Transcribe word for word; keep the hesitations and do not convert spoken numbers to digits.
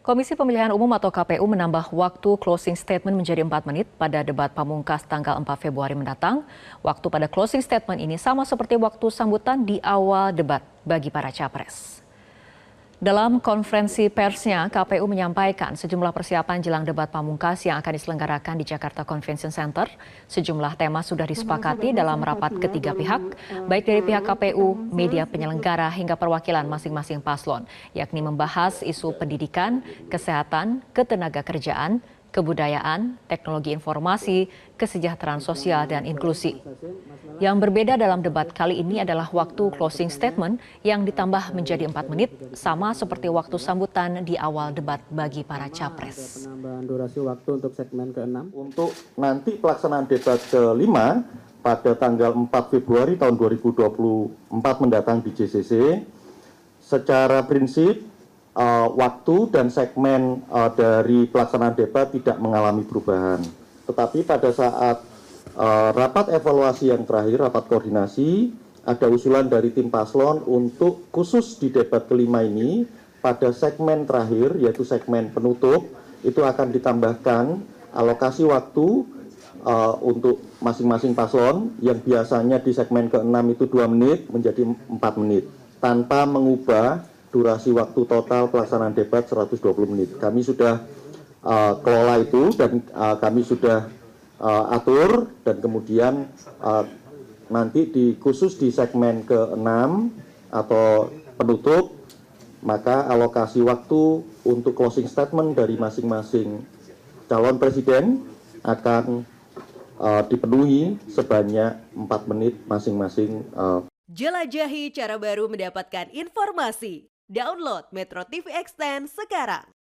Komisi Pemilihan Umum atau K P U menambah waktu closing statement menjadi empat menit pada debat pamungkas tanggal empat Februari mendatang. Waktu pada closing statement ini sama seperti waktu sambutan di awal debat bagi para capres. Dalam konferensi persnya, K P U menyampaikan sejumlah persiapan jelang debat pamungkas yang akan diselenggarakan di Jakarta Convention Center. Sejumlah tema sudah disepakati dalam rapat ketiga pihak, baik dari pihak K P U, media penyelenggara, hingga perwakilan masing-masing paslon, yakni membahas isu pendidikan, kesehatan, ketenagakerjaan, kebudayaan, teknologi informasi, kesejahteraan sosial, dan inklusi. Yang berbeda dalam debat kali ini adalah waktu closing statement yang ditambah menjadi empat menit, sama seperti waktu sambutan di awal debat bagi para capres. Penambahan durasi waktu untuk segmen keenam. Untuk nanti pelaksanaan debat kelima pada tanggal empat Februari tahun dua ribu dua puluh empat mendatang di J C C, secara prinsip uh, waktu dan segmen uh, dari pelaksanaan debat tidak mengalami perubahan. Tetapi pada saat Uh, rapat evaluasi yang terakhir, rapat koordinasi, ada usulan dari tim paslon untuk khusus di debat kelima ini pada segmen terakhir, yaitu segmen penutup, itu akan ditambahkan alokasi waktu uh, untuk masing-masing paslon yang biasanya di segmen keenam itu dua menit menjadi empat menit tanpa mengubah durasi waktu total pelaksanaan debat seratus dua puluh menit. Kami sudah uh, kelola itu dan uh, kami sudah Uh, atur, dan kemudian uh, nanti di khusus di segmen keenam atau penutup, maka alokasi waktu untuk closing statement dari masing-masing calon presiden akan uh, dipenuhi sebanyak empat menit masing-masing. Uh. Jelajahi cara baru mendapatkan informasi. Download Metro T V Extend sekarang.